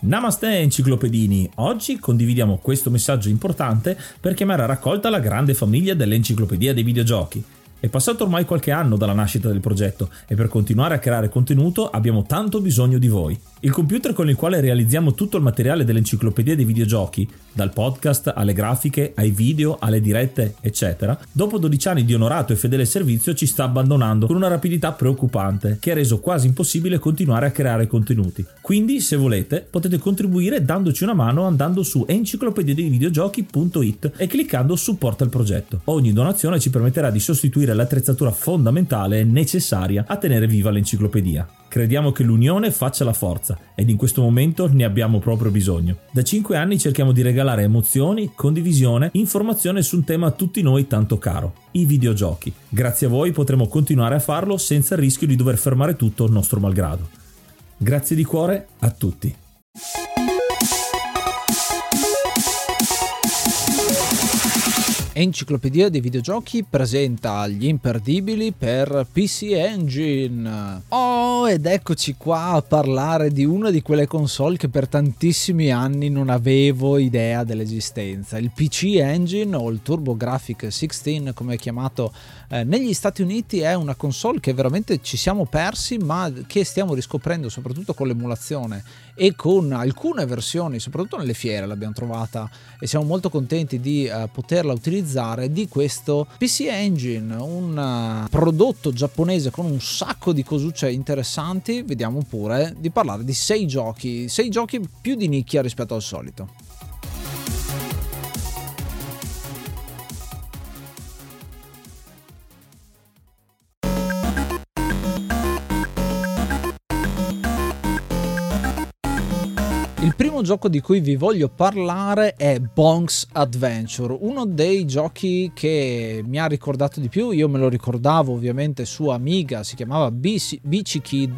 Namaste enciclopedini, oggi condividiamo questo messaggio importante per chiamare a raccolta la grande famiglia dell'Enciclopedia dei Videogiochi. È passato ormai qualche anno dalla nascita del progetto e per continuare a creare contenuto abbiamo tanto bisogno di voi. Il computer con il quale realizziamo tutto il materiale dell'Enciclopedia dei Videogiochi, dal podcast alle grafiche, ai video, alle dirette, eccetera, dopo 12 anni di onorato e fedele servizio ci sta abbandonando con una rapidità preoccupante che ha reso quasi impossibile continuare a creare contenuti. Quindi, se volete, potete contribuire dandoci una mano andando su enciclopediadeivideogiochi.it e cliccando supporta il progetto. Ogni donazione ci permetterà di sostituire l'attrezzatura fondamentale e necessaria a tenere viva l'enciclopedia. Crediamo che l'unione faccia la forza ed in questo momento ne abbiamo proprio bisogno. Da 5 anni cerchiamo di regalare emozioni, condivisione, informazione su un tema a tutti noi tanto caro, i videogiochi. Grazie a voi potremo continuare a farlo senza il rischio di dover fermare tutto nostro malgrado. Grazie di cuore a tutti. Enciclopedia dei Videogiochi presenta gli imperdibili per PC Engine. Oh, ed eccoci qua a parlare di una di quelle console che per tantissimi anni non avevo idea dell'esistenza. Il PC Engine, o il TurboGrafx 16 come è chiamato negli Stati Uniti, è una console che veramente ci siamo persi, ma che stiamo riscoprendo soprattutto con l'emulazione e con alcune versioni, soprattutto nelle fiere l'abbiamo trovata e siamo molto contenti di poterla utilizzare, di questo PC Engine, un prodotto giapponese con un sacco di cosucce interessanti. Vediamo pure di parlare di 6 giochi più di nicchia rispetto al solito. Il primo gioco di cui vi voglio parlare è Bonk's Adventure, uno dei giochi che mi ha ricordato di più. Io me lo ricordavo ovviamente su Amiga, si chiamava BC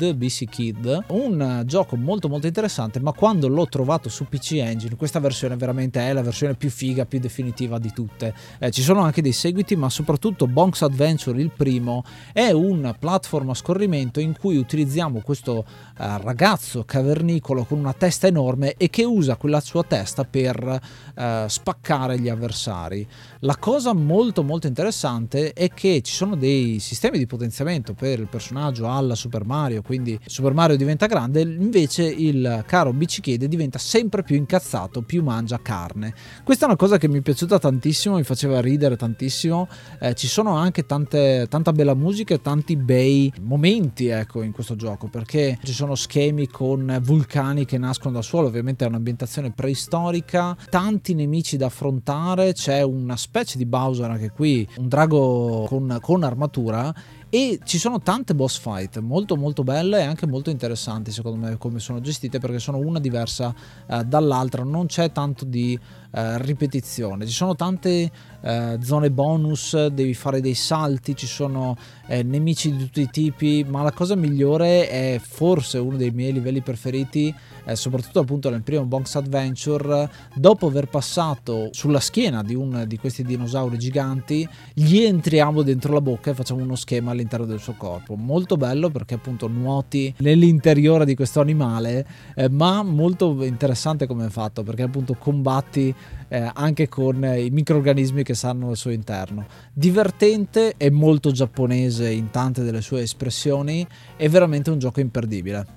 Kid, un gioco molto molto interessante, ma quando l'ho trovato su PC Engine, questa versione veramente è la versione più figa, più definitiva di tutte. Ci sono anche dei seguiti, ma soprattutto Bonk's Adventure, il primo, è un platform a scorrimento in cui utilizziamo questo ragazzo cavernicolo con una testa enorme e che usa quella sua testa per spaccare gli avversari. La cosa molto molto interessante è che ci sono dei sistemi di potenziamento per il personaggio alla Super Mario, quindi Super Mario diventa grande, invece il caro Bicicchiede diventa sempre più incazzato, più mangia carne. Questa è una cosa che mi è piaciuta tantissimo, mi faceva ridere tantissimo. Ci sono anche tanta bella musica e tanti bei momenti, ecco, in questo gioco, perché ci sono schemi con vulcani che nascono dal suolo. Ovviamente è un'ambientazione preistorica, tanti nemici da affrontare, c'è una specie di Bowser anche qui, un drago con armatura, e ci sono tante boss fight molto molto belle e anche molto interessanti secondo me come sono gestite, perché sono una diversa dall'altra, non c'è tanto di ripetizione, ci sono tante zone bonus, devi fare dei salti, ci sono nemici di tutti i tipi, ma la cosa migliore è forse uno dei miei livelli preferiti, soprattutto appunto nel primo Bonk's Adventure, dopo aver passato sulla schiena di uno di questi dinosauri giganti, gli entriamo dentro la bocca e facciamo uno schema all'interno del suo corpo. Molto bello perché appunto nuoti nell'interiore di questo animale, ma molto interessante come è fatto, perché appunto combatti anche con i microrganismi che stanno al suo interno. Divertente e molto giapponese in tante delle sue espressioni, è veramente un gioco imperdibile.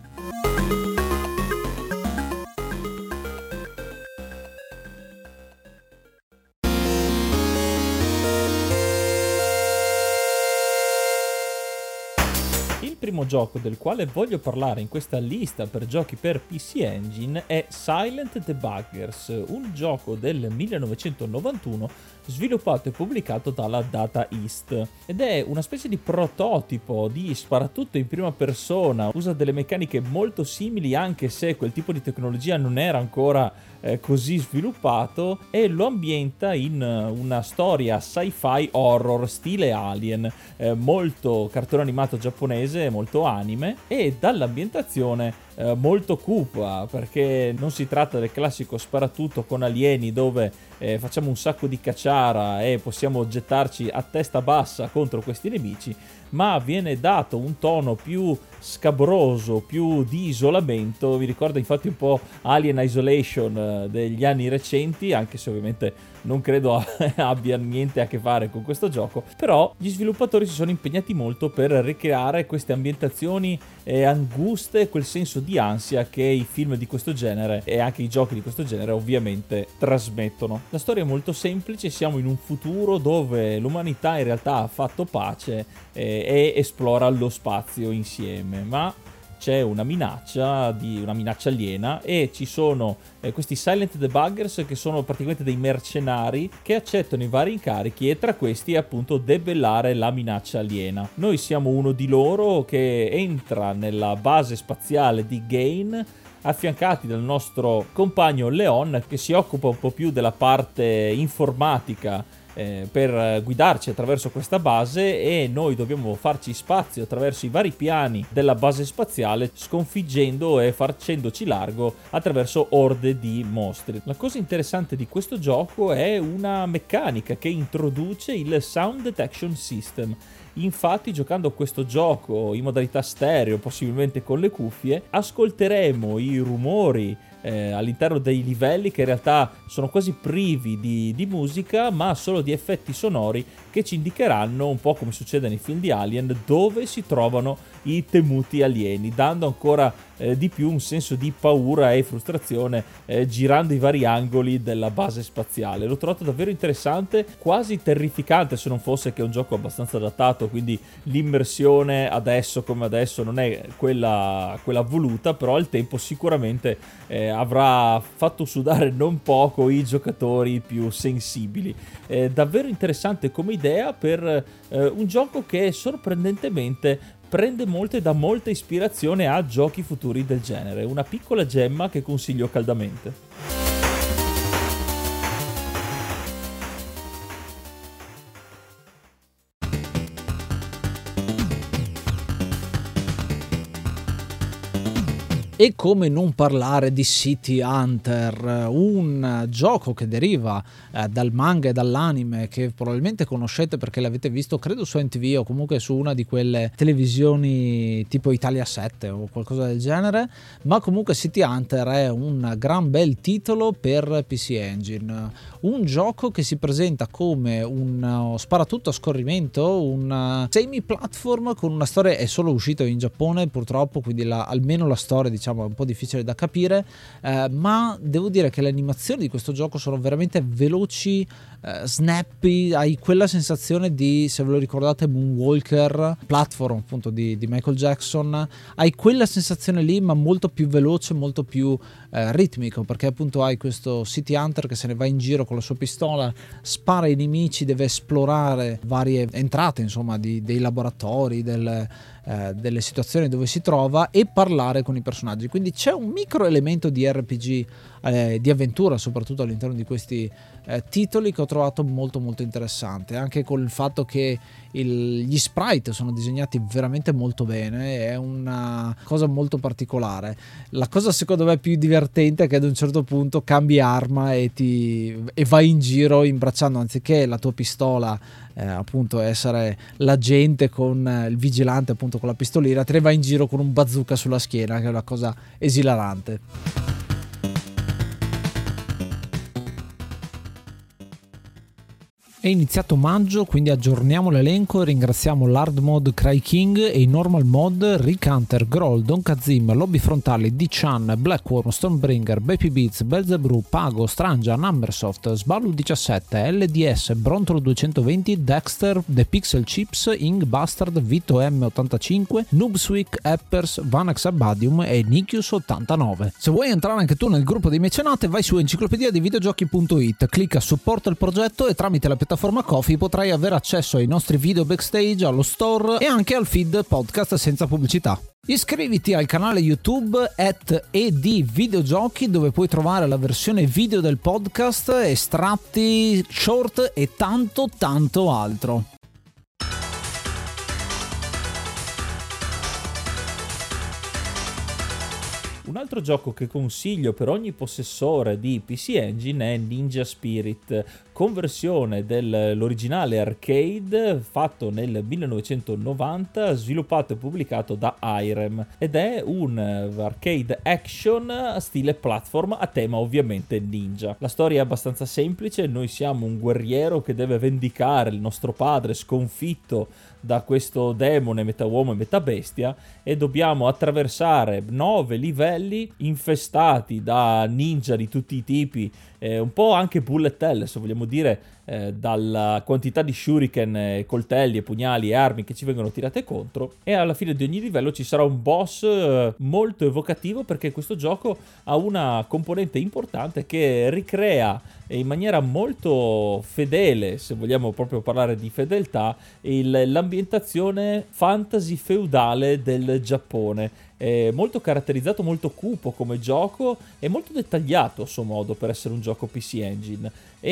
Il primo gioco del quale voglio parlare in questa lista per giochi per PC Engine è Silent the Buggers, un gioco del 1991 sviluppato e pubblicato dalla Data East, ed è una specie di prototipo di sparatutto in prima persona. Usa delle meccaniche molto simili, anche se quel tipo di tecnologia non era ancora così sviluppato, e lo ambienta in una storia sci-fi horror stile Alien, molto cartone animato giapponese, molto anime, e dall'ambientazione molto cupa, perché non si tratta del classico sparatutto con alieni dove facciamo un sacco di cacciara e possiamo gettarci a testa bassa contro questi nemici, ma viene dato un tono più scabroso, più di isolamento. Mi ricorda infatti un po' Alien Isolation degli anni recenti, anche se ovviamente non credo abbia niente a che fare con questo gioco, però gli sviluppatori si sono impegnati molto per ricreare queste ambientazioni anguste, quel senso di ansia che i film di questo genere e anche i giochi di questo genere ovviamente trasmettono. La storia è molto semplice, siamo in un futuro dove l'umanità in realtà ha fatto pace e esplora lo spazio insieme, ma c'è una minaccia aliena e ci sono questi silent debuggers che sono praticamente dei mercenari che accettano i vari incarichi, e tra questi è appunto debellare la minaccia aliena. Noi siamo uno di loro che entra nella base spaziale di Gain, affiancati dal nostro compagno Leon, che si occupa un po' più della parte informatica per guidarci attraverso questa base, e noi dobbiamo farci spazio attraverso i vari piani della base spaziale, sconfiggendo e facendoci largo attraverso orde di mostri. La cosa interessante di questo gioco è una meccanica che introduce il Sound Detection System. Infatti, giocando questo gioco in modalità stereo, possibilmente con le cuffie, ascolteremo i rumori all'interno dei livelli che in realtà sono quasi privi di musica, ma solo di effetti sonori che ci indicheranno, un po' come succede nei film di Alien, dove si trovano i temuti alieni, dando ancora di più un senso di paura e frustrazione girando i vari angoli della base spaziale. L'ho trovato davvero interessante, quasi terrificante, se non fosse che è un gioco abbastanza datato, quindi l'immersione adesso come adesso non è quella voluta, però al tempo sicuramente avrà fatto sudare non poco i giocatori più sensibili. Davvero interessante come idea per un gioco che sorprendentemente prende molto e dà molta ispirazione a giochi futuri del genere. Una piccola gemma che consiglio caldamente. E come non parlare di City Hunter, un gioco che deriva dal manga e dall'anime, che probabilmente conoscete perché l'avete visto credo su NTV o comunque su una di quelle televisioni tipo Italia 7 o qualcosa del genere, ma comunque City Hunter è un gran bel titolo per PC Engine, un gioco che si presenta come un sparatutto a scorrimento, un semi-platform con una storia, è solo uscito in Giappone purtroppo, quindi almeno la storia diciamo è un po' difficile da capire, ma devo dire che le animazioni di questo gioco sono veramente veloci, snappy, hai quella sensazione di, se ve lo ricordate, Moonwalker, platform appunto di Michael Jackson, hai quella sensazione lì ma molto più veloce, molto più ritmico, perché appunto hai questo City Hunter che se ne va in giro con la sua pistola, spara ai nemici, deve esplorare varie entrate insomma dei laboratori, delle situazioni dove si trova e parlare con i personaggi, quindi c'è un micro elemento di RPG, di avventura soprattutto all'interno di questi titoli, che ho trovato molto molto interessante, anche con il fatto che gli sprite sono disegnati veramente molto bene, è una cosa molto particolare. La cosa secondo me più divertente è che ad un certo punto cambi arma e vai in giro imbracciando, anziché la tua pistola appunto essere l'agente con il vigilante appunto con la pistolina, te ne vai in giro con un bazooka sulla schiena, che è una cosa esilarante. È iniziato maggio, quindi aggiorniamo l'elenco e ringraziamo l'hard mod Cry King e i normal mod Rick Hunter, Groll, Don Kazim, Lobby Frontali, D-Chan, Blackworm, Stormbringer, Baby Beats, Belzebrew, Pago, Strangia, Numbersoft, Sballu 17, LDS, Brontolo 220, Dexter, The Pixel Chips, Ing Bastard, Vito M85, Noobswick, Eppers, Vanax Abadium e Nikius 89. Se vuoi entrare anche tu nel gruppo dei mecenate, vai su enciclopedia dei videogiochi.it, clicca supporta il progetto e tramite la piattaforma Ko-fi potrai avere accesso ai nostri video backstage, allo store e anche al feed podcast senza pubblicità. Iscriviti al canale YouTube @edvideogiochi, dove puoi trovare la versione video del podcast, estratti, short e tanto tanto altro. altro gioco che consiglio per ogni possessore di PC Engine è Ninja Spirit, conversione dell'originale arcade fatto nel 1990, sviluppato e pubblicato da Irem, ed è un arcade action stile platform a tema ovviamente ninja. La storia è abbastanza semplice: noi siamo un guerriero che deve vendicare il nostro padre sconfitto da questo demone metà uomo e metà bestia, e dobbiamo attraversare 9 livelli infestati da ninja di tutti i tipi, un po' anche bullet hell se vogliamo dire, dalla quantità di shuriken, coltelli e pugnali e armi che ci vengono tirate contro. E alla fine di ogni livello ci sarà un boss molto evocativo, perché questo gioco ha una componente importante che ricrea in maniera molto fedele, se vogliamo proprio parlare di fedeltà, l'ambientazione fantasy feudale del Giappone. È molto caratterizzato, molto cupo come gioco e molto dettagliato a suo modo per essere un gioco PC Engine,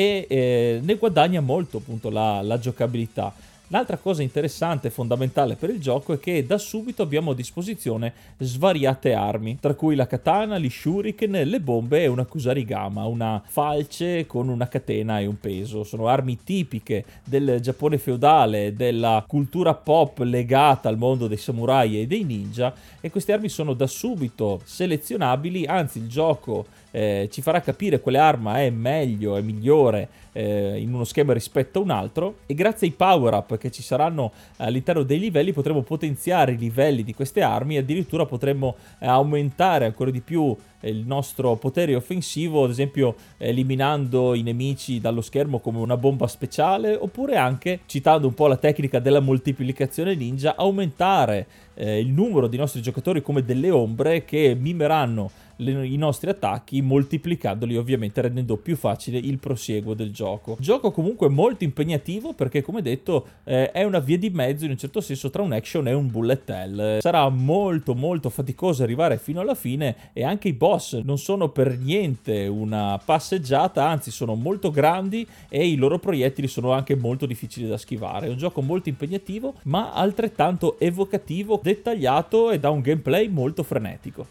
e ne guadagna molto appunto la giocabilità. L'altra cosa interessante e fondamentale per il gioco è che da subito abbiamo a disposizione svariate armi, tra cui la katana, gli shuriken, le bombe e una kusarigama, una falce con una catena e un peso. Sono armi tipiche del Giappone feudale, della cultura pop legata al mondo dei samurai e dei ninja, e queste armi sono da subito selezionabili, anzi il gioco ci farà capire quale arma è meglio e migliore in uno schema rispetto a un altro, e grazie ai power up che ci saranno all'interno dei livelli potremo potenziare i livelli di queste armi, e addirittura potremo aumentare ancora di più il nostro potere offensivo, ad esempio eliminando i nemici dallo schermo come una bomba speciale, oppure anche, citando un po' la tecnica della moltiplicazione ninja, aumentare il numero di nostri giocatori come delle ombre che mimeranno i nostri attacchi, moltiplicandoli ovviamente, rendendo più facile il prosieguo del gioco. Gioco comunque molto impegnativo, perché come detto è una via di mezzo in un certo senso tra un action e un bullet hell. Sarà molto faticoso arrivare fino alla fine, e anche i boss non sono per niente una passeggiata, anzi sono molto grandi e i loro proiettili sono anche molto difficili da schivare. È un gioco molto impegnativo ma altrettanto evocativo, dettagliato, e da un gameplay molto frenetico.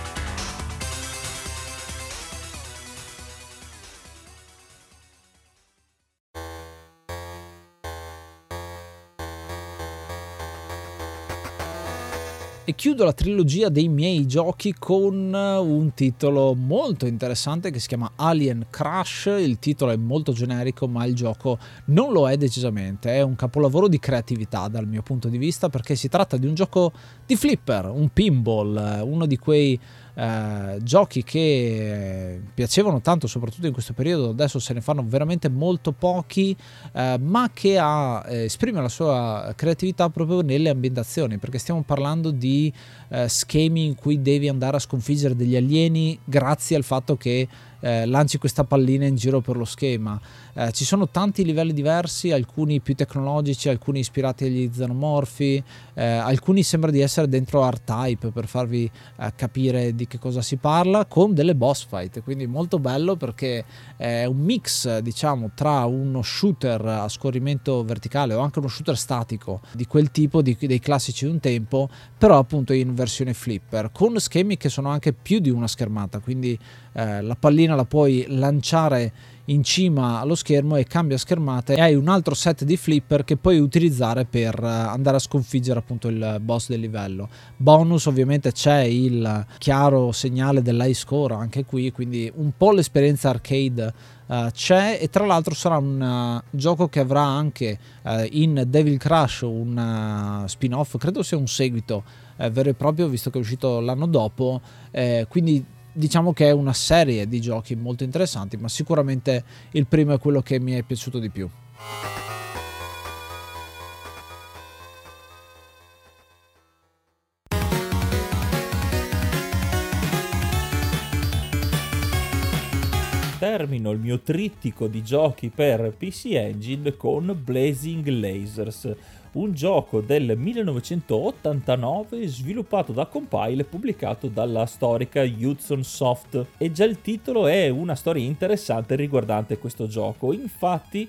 E chiudo la trilogia dei miei giochi con un titolo molto interessante che si chiama Alien Crash. Il titolo è molto generico, ma il gioco non lo è decisamente. È un capolavoro di creatività dal mio punto di vista, perché si tratta di un gioco di flipper, un pinball, uno di quei giochi che piacevano tanto soprattutto in questo periodo. Adesso se ne fanno veramente molto pochi, ma che esprime la sua creatività proprio nelle ambientazioni, perché stiamo parlando di schemi in cui devi andare a sconfiggere degli alieni grazie al fatto che lanci questa pallina in giro per lo schema. Ci sono tanti livelli diversi, alcuni più tecnologici, alcuni ispirati agli xenomorfi, alcuni sembra di essere dentro R-Type per farvi capire di che cosa si parla, con delle boss fight, quindi molto bello perché è un mix, diciamo, tra uno shooter a scorrimento verticale o anche uno shooter statico di quel tipo dei classici di un tempo, però appunto in versione flipper, con schemi che sono anche più di una schermata, quindi la pallina la puoi lanciare in cima allo schermo e cambia schermata, e hai un altro set di flipper che puoi utilizzare per andare a sconfiggere appunto il boss del livello. Bonus, ovviamente c'è il chiaro segnale dell'high score anche qui, quindi un po' l'esperienza arcade c'è, e tra l'altro sarà un gioco che avrà anche in Devil Crush un spin-off, credo sia un seguito vero e proprio, visto che è uscito l'anno dopo, quindi diciamo che è una serie di giochi molto interessanti, ma sicuramente il primo è quello che mi è piaciuto di più. Termino il mio trittico di giochi per PC Engine con Blazing Lasers, un gioco del 1989 sviluppato da Compile e pubblicato dalla storica Hudson Soft, e già il titolo è una storia interessante riguardante questo gioco. Infatti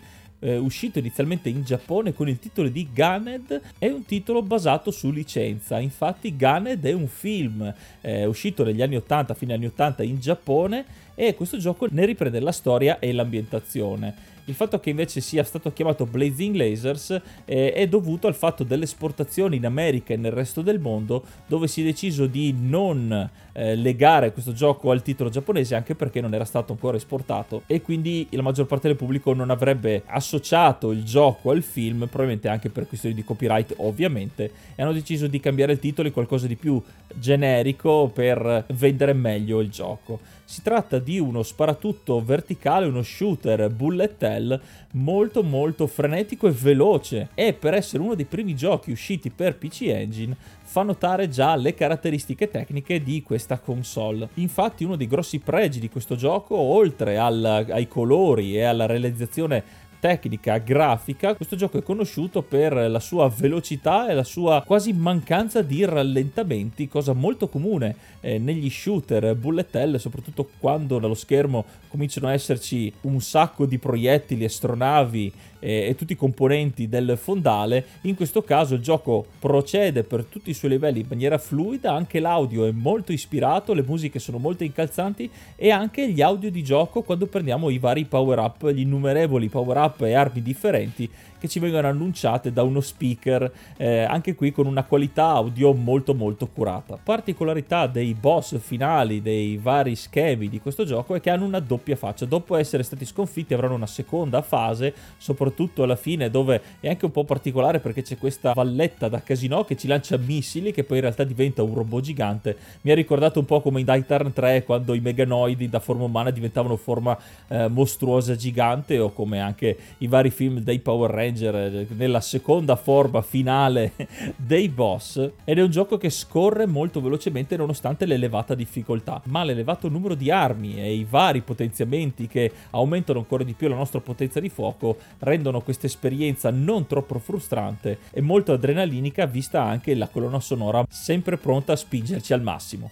uscito inizialmente in Giappone con il titolo di Gunhead. È un titolo basato su licenza, infatti Gunhead è un film uscito negli anni 80, fine anni 80 in Giappone, e questo gioco ne riprende la storia e l'ambientazione. Il fatto che invece sia stato chiamato Blazing Lasers è dovuto al fatto delle esportazioni in America e nel resto del mondo, dove si è deciso di non legare questo gioco al titolo giapponese, anche perché non era stato ancora esportato, e quindi la maggior parte del pubblico non avrebbe associato il gioco al film, probabilmente anche per questioni di copyright ovviamente, e hanno deciso di cambiare il titolo in qualcosa di più generico per vendere meglio il gioco. Si tratta di uno sparatutto verticale, uno shooter bullet hell molto molto frenetico e veloce, e per essere uno dei primi giochi usciti per PC Engine fa notare già le caratteristiche tecniche di questa console. Infatti uno dei grossi pregi di questo gioco, oltre ai colori e alla realizzazione tecnica, grafica, questo gioco è conosciuto per la sua velocità e la sua quasi mancanza di rallentamenti, cosa molto comune negli shooter bullet hell, soprattutto quando dallo schermo cominciano a esserci un sacco di proiettili, astronavi e tutti i componenti del fondale. In questo caso il gioco procede per tutti i suoi livelli in maniera fluida, anche l'audio è molto ispirato, le musiche sono molto incalzanti, e anche gli audio di gioco quando prendiamo i vari power up, gli innumerevoli power up e armi differenti che ci vengono annunciate da uno speaker, anche qui con una qualità audio molto molto curata. Particolarità dei boss finali, dei vari schemi di questo gioco, è che hanno una doppia faccia. Dopo essere stati sconfitti avranno una seconda fase, soprattutto alla fine, dove è anche un po' particolare perché c'è questa valletta da casino che ci lancia missili, che poi in realtà diventa un robot gigante. Mi ha ricordato un po' come in Daitarn 3, quando i meganoidi da forma umana diventavano forma mostruosa gigante, o come anche i vari film dei Power Ranger nella seconda forma finale dei boss. Ed è un gioco che scorre molto velocemente nonostante l'elevata difficoltà, ma l'elevato numero di armi e i vari potenziamenti che aumentano ancora di più la nostra potenza di fuoco rendono questa esperienza non troppo frustrante e molto adrenalinica, vista anche la colonna sonora sempre pronta a spingerci al massimo.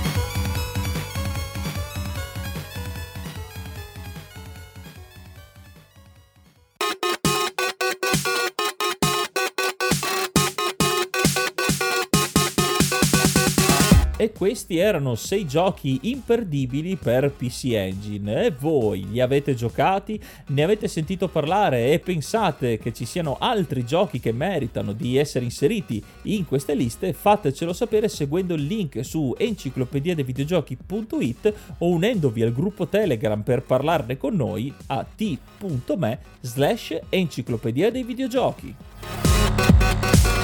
E questi erano 6 giochi imperdibili per PC Engine. E voi li avete giocati? Ne avete sentito parlare e pensate che ci siano altri giochi che meritano di essere inseriti in queste liste? Fatecelo sapere seguendo il link su enciclopediadevideogiochi.it o unendovi al gruppo Telegram per parlarne con noi a t.me/enciclopedia dei videogiochi.